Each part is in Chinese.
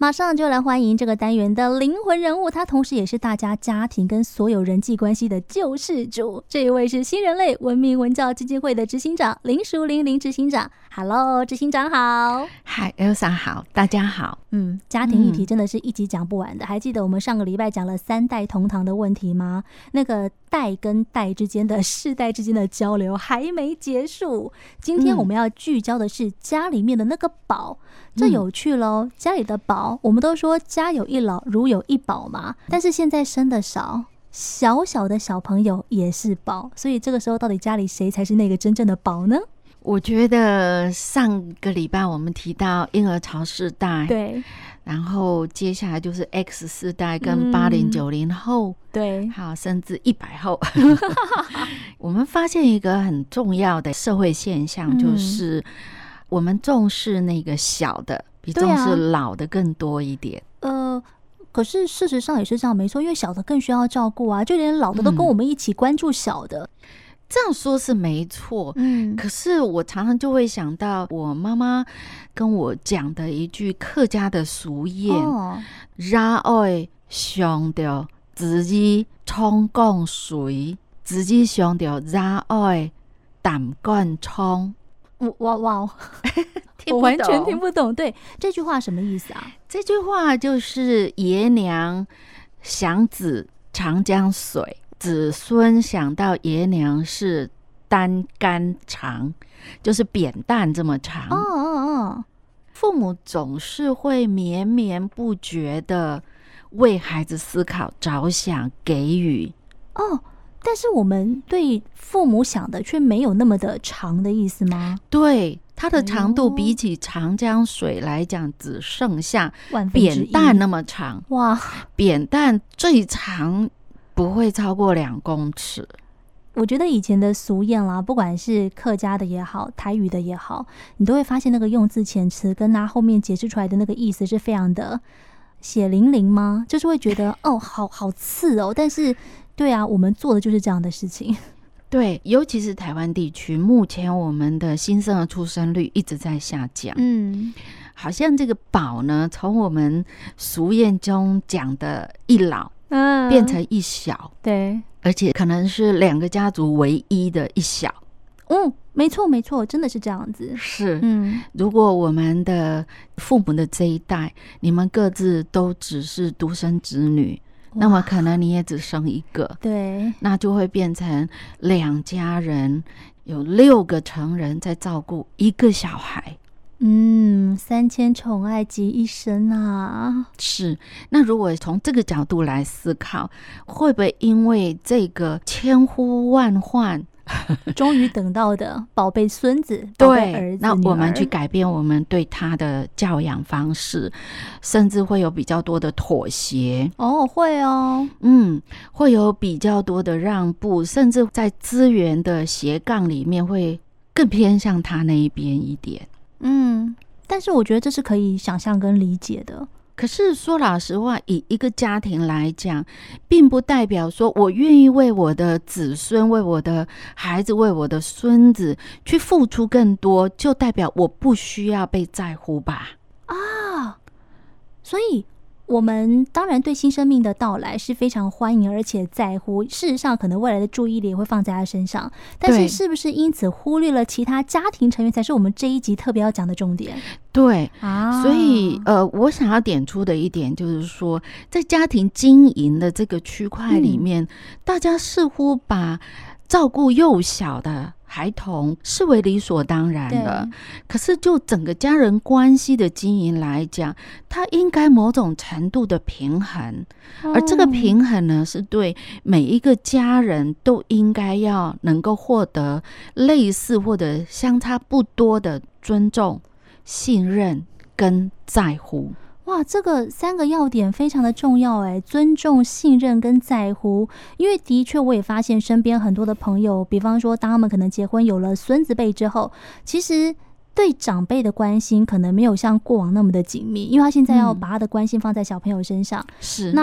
马上就来欢迎这个单元的灵魂人物，他同时也是大家家庭跟所有人际关系的救世主。这一位是新人类文明文教基金会的执行长林淑玲林执行长。Hello， 执行长好。 嗨 Elsa 好，大家好。 家庭议题真的是一集讲不完的。还记得我们上个礼拜讲了3代同堂的问题吗？那个代跟代之间的世代之间的交流还没结束。今天我们要聚焦的是家里面的那个宝。这有趣咯，家里的宝，我们都说家有一老如有一宝嘛，但是现在生的少，小小的小朋友也是宝，所以这个时候到底家里谁才是那个真正的宝呢？ 我觉得上个礼拜我们提到婴儿潮世代， 对， 然后接下来就是 X 世代跟80、90后， 对， 好，甚至100后。我们发现一个很重要的社会现象，就是我们重视那个小的，比重视老的更多一点。 可是事实上也是这样，没错，因为小的更需要照顾啊，就连老的都跟我们一起关注小的。 这样说是没错，可是我常常就会想到我妈妈跟我讲的一句客家的俗谚：热爱上着自己冲降水，自己上着热爱胆灌冲。 哇，我完全听不懂。对，这句话什么意思啊？ 这句话就是爷娘想子长江水，子孙想到爷娘是担杆长，就是扁担这么长。父母总是会绵绵不绝的为孩子思考、着想、给予。 但是我们对父母想的却没有那么的长的意思吗？ 对，它的长度比起长江水来讲，只剩下扁担那么长。哇，扁担最长不会超过2公尺。 我觉得以前的俗谚啦，不管是客家的也好，台语的也好，你都会发现那个用字遣词跟他后面解释出来的那个意思是非常的血淋淋吗？就是会觉得好刺哦。但是对啊，我们做的就是这样的事情。 对，尤其是台湾地区，目前我们的新生儿出生率一直在下降。好像这个宝呢，从我们俗谚中讲的一老，变成一小。对，而且可能是2个家族唯一的一小。 没错，真的是这样子。 是，如果我们的父母的这一代，你们各自都只是独生子女，那么可能你也只生一个，对，那就会变成2家人有6个成人在照顾1个小孩。 3000宠爱集一身啊！ 是，那如果从这个角度来思考，会不会因为这个千呼万唤终于等到的宝贝孙子、宝贝儿子、 那我们去改变我们对他的教养方式，甚至会有比较多的妥协。 会哦， 会有比较多的让步，甚至在资源的斜杠里面会更偏向他那一边一点。 但是我觉得这是可以想象跟理解的。 可是说老实话，以一个家庭来讲，并不代表说我愿意为我的子孙、为我的孩子、为我的孙子去付出更多，就代表我不需要被在乎吧？ 所以我们当然对新生命的到来是非常欢迎而且在乎，事实上可能未来的注意力也会放在他身上，但是是不是因此忽略了其他家庭成员才是我们这一集特别要讲的重点？ 对所以我想要点出的一点就是说，在家庭经营的这个区块里面，大家似乎把照顾幼小的孩童视为理所当然的，可是就整个家人关系的经营来讲，它应该某种程度的平衡，而这个平衡呢，是对每一个家人都应该要能够获得类似或者相差不多的尊重、信任跟在乎。 哇，这个3个要点非常的重要尊重、信任跟在乎。因为的确我也发现身边很多的朋友，比方说当他们可能结婚有了孙子辈之后，其实对长辈的关心可能没有像过往那么的紧密，因为他现在要把他的关心放在小朋友身上。是，那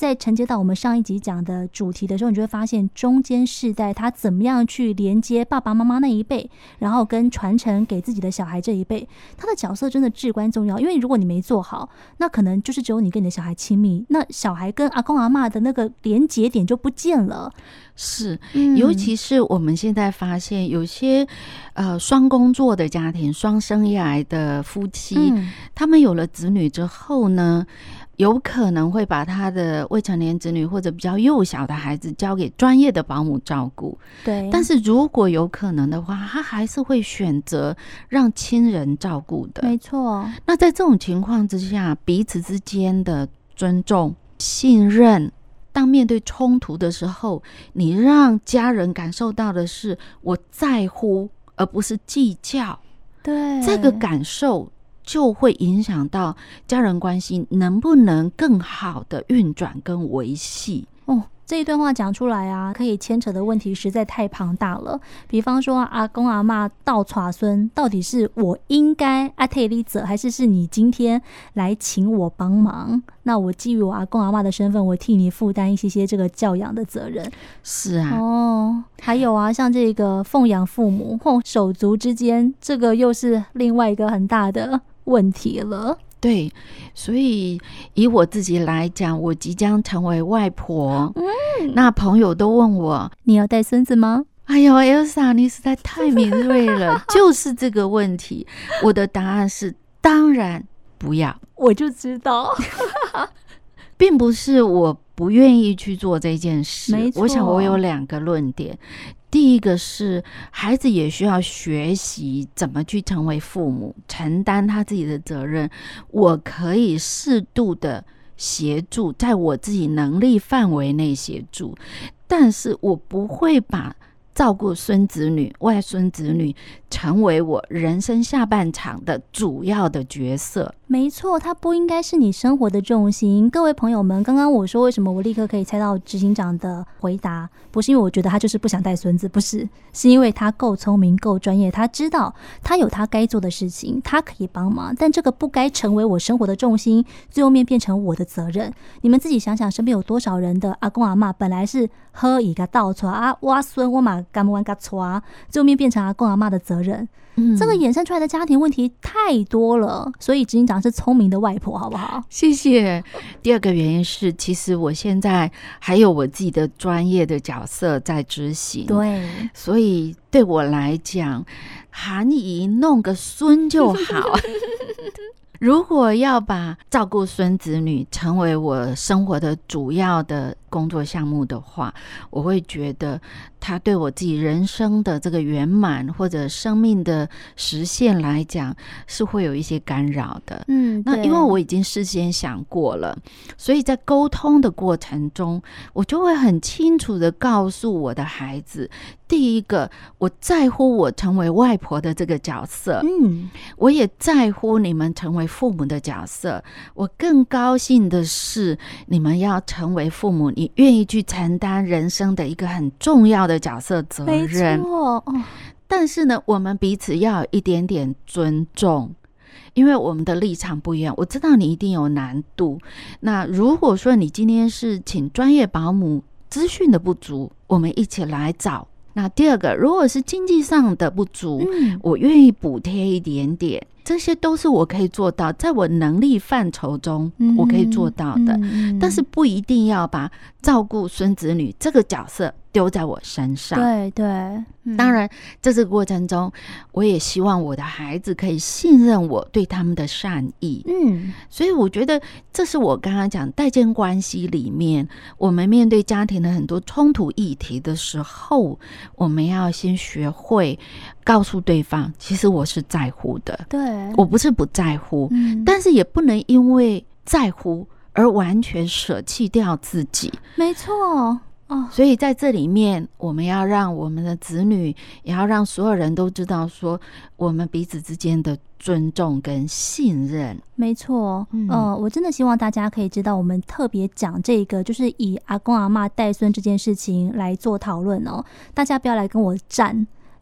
在承接到我们上一集讲的主题的时候，你就会发现中间世代他怎么样去连接爸爸妈妈那一辈，然后跟传承给自己的小孩这一辈，他的角色真的至关重要。因为如果你没做好，那可能就是只有你跟你的小孩亲密，那小孩跟阿公阿嬷的那个连结点就不见了。 是，尤其是我们现在发现有些双工作的家庭、双生涯的夫妻，他们有了子女之后呢，有可能会把他的未成年子女或者比较幼小的孩子交给专业的保姆照顾。 对， 但是如果有可能的话，他还是会选择让亲人照顾的。 没错。 那在这种情况之下，彼此之间的尊重、信任，当面对冲突的时候，你让家人感受到的是我在乎，而不是计较。 对， 这个感受就会影响到家人关系能不能更好的运转跟维系。 这一段话讲出来啊，可以牵扯的问题实在太庞大了。比方说阿公阿嬷倒带孙，到底是我应该替你做，还是你今天来请我帮忙？那我基于我阿公阿嬷的身份，我替你负担一些这个教养的责任。 是啊， 还有啊，像这个奉养父母手足之间，这个又是另外一个很大的问题了。 对，所以以我自己来讲，我即将成为外婆，那朋友都问我， 你要带孙子吗？ 哎呦 Elsa 你实在太敏锐了就是这个问题，我的答案是当然不要。 我就知道并不是我不愿意去做这件事， 没错， 我想我有2个论点。第一个是孩子也需要学习怎么去成为父母，承担他自己的责任。我可以适度的协助，在我自己能力范围内协助，但是我不会把照顾孙子女、外孙子女成为我人生下半场的主要的角色。 没错，它不应该是你生活的重心。各位朋友们，刚刚我说为什么我立刻可以猜到执行长的回答，不是因为我觉得他就是不想带孙子，不是，是因为他够聪明够专业，他知道他有他该做的事情，他可以帮忙，但这个不该成为我生活的重心，最后面变成我的责任。你们自己想想，身边有多少人的阿公阿嬷本来是喝一个倒出啊，我孙我嘛干不完个抓，最后面变成阿公阿嬷的责任。这个衍生出来的家庭问题太多了，所以执行长是聪明的外婆，好不好？ 谢谢。第2个原因是，其实我现在还有我自己的专业的角色在执行， 对， 所以对我来讲，含饴弄个孙就好。如果要把照顾孙子女成为我生活的主要的工作项目的话，我会觉得它对我自己人生的这个圆满或者生命的实现来讲是会有一些干扰的。那因为我已经事先想过了，所以在沟通的过程中，我就会很清楚的告诉我的孩子，第一个，我在乎我成为外婆的这个角色，我也在乎你们成为父母的角色，我更高兴的是你们要成为父母，你愿意去承担人生的一个很重要的角色责任。 没错， 但是呢，我们彼此要有一点点尊重，因为我们的立场不一样，我知道你一定有难度。那如果说你今天是请专业保姆，资讯的不足，我们一起来找。那第2个，如果是经济上的不足，我愿意补贴一点点，这些都是我可以做到，在我能力范畴中我可以做到的，但是不一定要把照顾孙子女这个角色丢在我身上。 对， 当然在这个过程中，我也希望我的孩子可以信任我对他们的善意。所以我觉得这是我刚刚讲代间关系里面，我们面对家庭的很多冲突议题的时候，我们要先学会告诉对方，其实我是在乎的， 对， 我不是不在乎，但是也不能因为在乎而完全舍弃掉自己。 没错。 所以在这里面，我们要让我们的子女，也要让所有人都知道说，我们彼此之间的尊重跟信任。 没错，我真的希望大家可以知道，我们特别讲这个，就是以阿公阿嬷带孙这件事情来做讨论哦。大家不要来跟我站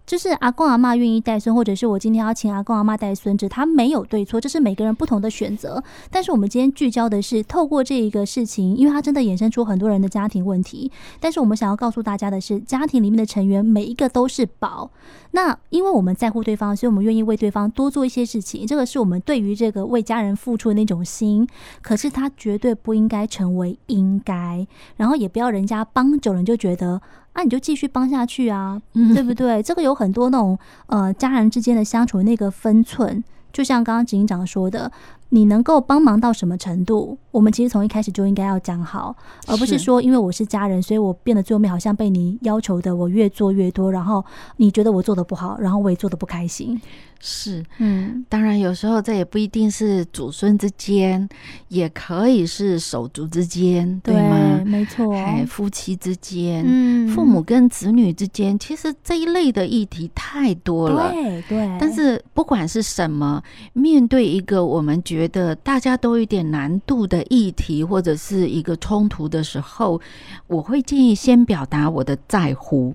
就是阿公阿嬷愿意带孙，或者是我今天要请阿公阿嬷带孙子，他没有对错，这是每个人不同的选择。但是我们今天聚焦的是透过这一个事情，因为它真的衍生出很多人的家庭问题，但是我们想要告诉大家的是，家庭里面的成员每一个都是宝。那因为我们在乎对方，所以我们愿意为对方多做一些事情，这个是我们对于这个为家人付出的那种心。可是它绝对不应该成为应该，然后也不要人家帮久了你就觉得你就继续帮下去啊，对不对？这个有很多那种家人之间的相处那个分寸，就像刚刚执行长说的，你能够帮忙到什么程度，我们其实从一开始就应该要讲好，而不是说因为我是家人，所以我变得最后面好像被你要求的我越做越多，然后你觉得我做的不好，然后我也做的不开心。 是，当然有时候这也不一定是祖孙之间，也可以是手足之间，对吗？ 没错， 夫妻之间，父母跟子女之间，其实这一类的议题太多了。 对。 但是不管是什么，面对一个我们觉得大家都有点难度的议题，或者是一个冲突的时候，我会建议先表达我的在乎。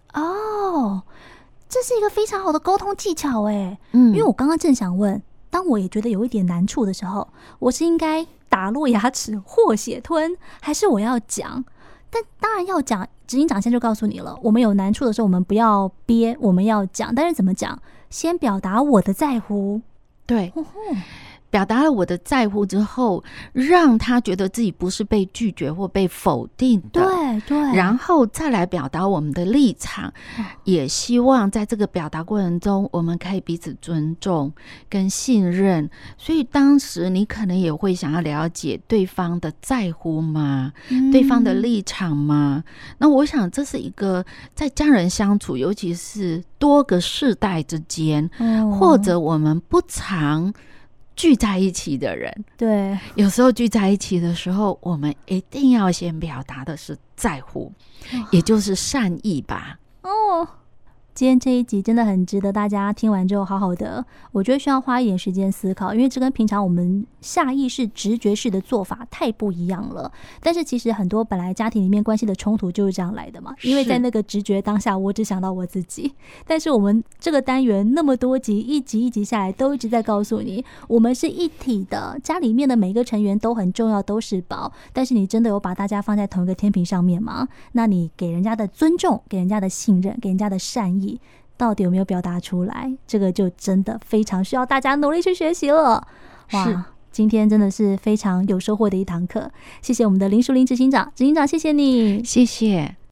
这是一个非常好的沟通技巧耶。因为我刚刚正想问，当我也觉得有一点难处的时候，我是应该打落牙齿或血吞，还是我要讲？但当然要讲，执行长先就告诉你了，我们有难处的时候我们不要憋，我们要讲。但是怎么讲？先表达我的在乎。 对，表达了我的在乎之后，让他觉得自己不是被拒绝或被否定的， 对， 然后再来表达我们的立场，也希望在这个表达过程中，我们可以彼此尊重跟信任。所以当时你可能也会想要了解对方的在乎吗？对方的立场吗？那我想这是一个在家人相处，尤其是多个世代之间，或者我们不常聚在一起的人， 对， 有时候聚在一起的时候，我们一定要先表达的是在乎，也就是善意吧。今天这一集真的很值得大家听完之后好好的，我觉得需要花一点时间思考，因为这跟平常我们下意识直觉式的做法太不一样了。但是其实很多本来家庭里面关系的冲突就是这样来的嘛，因为在那个直觉当下我只想到我自己。但是我们这个单元那么多集，一集一集下来都一直在告诉你，我们是一体的，家里面的每一个成员都很重要，都是宝。但是你真的有把大家放在同一个天平上面吗？那你给人家的尊重，给人家的信任，给人家的善意，到底有没有表达出来？这个就真的非常需要大家努力去学习了。哇，今天真的是非常有收获的一堂课。谢谢我们的林淑玲执行长，执行长谢谢你。谢谢。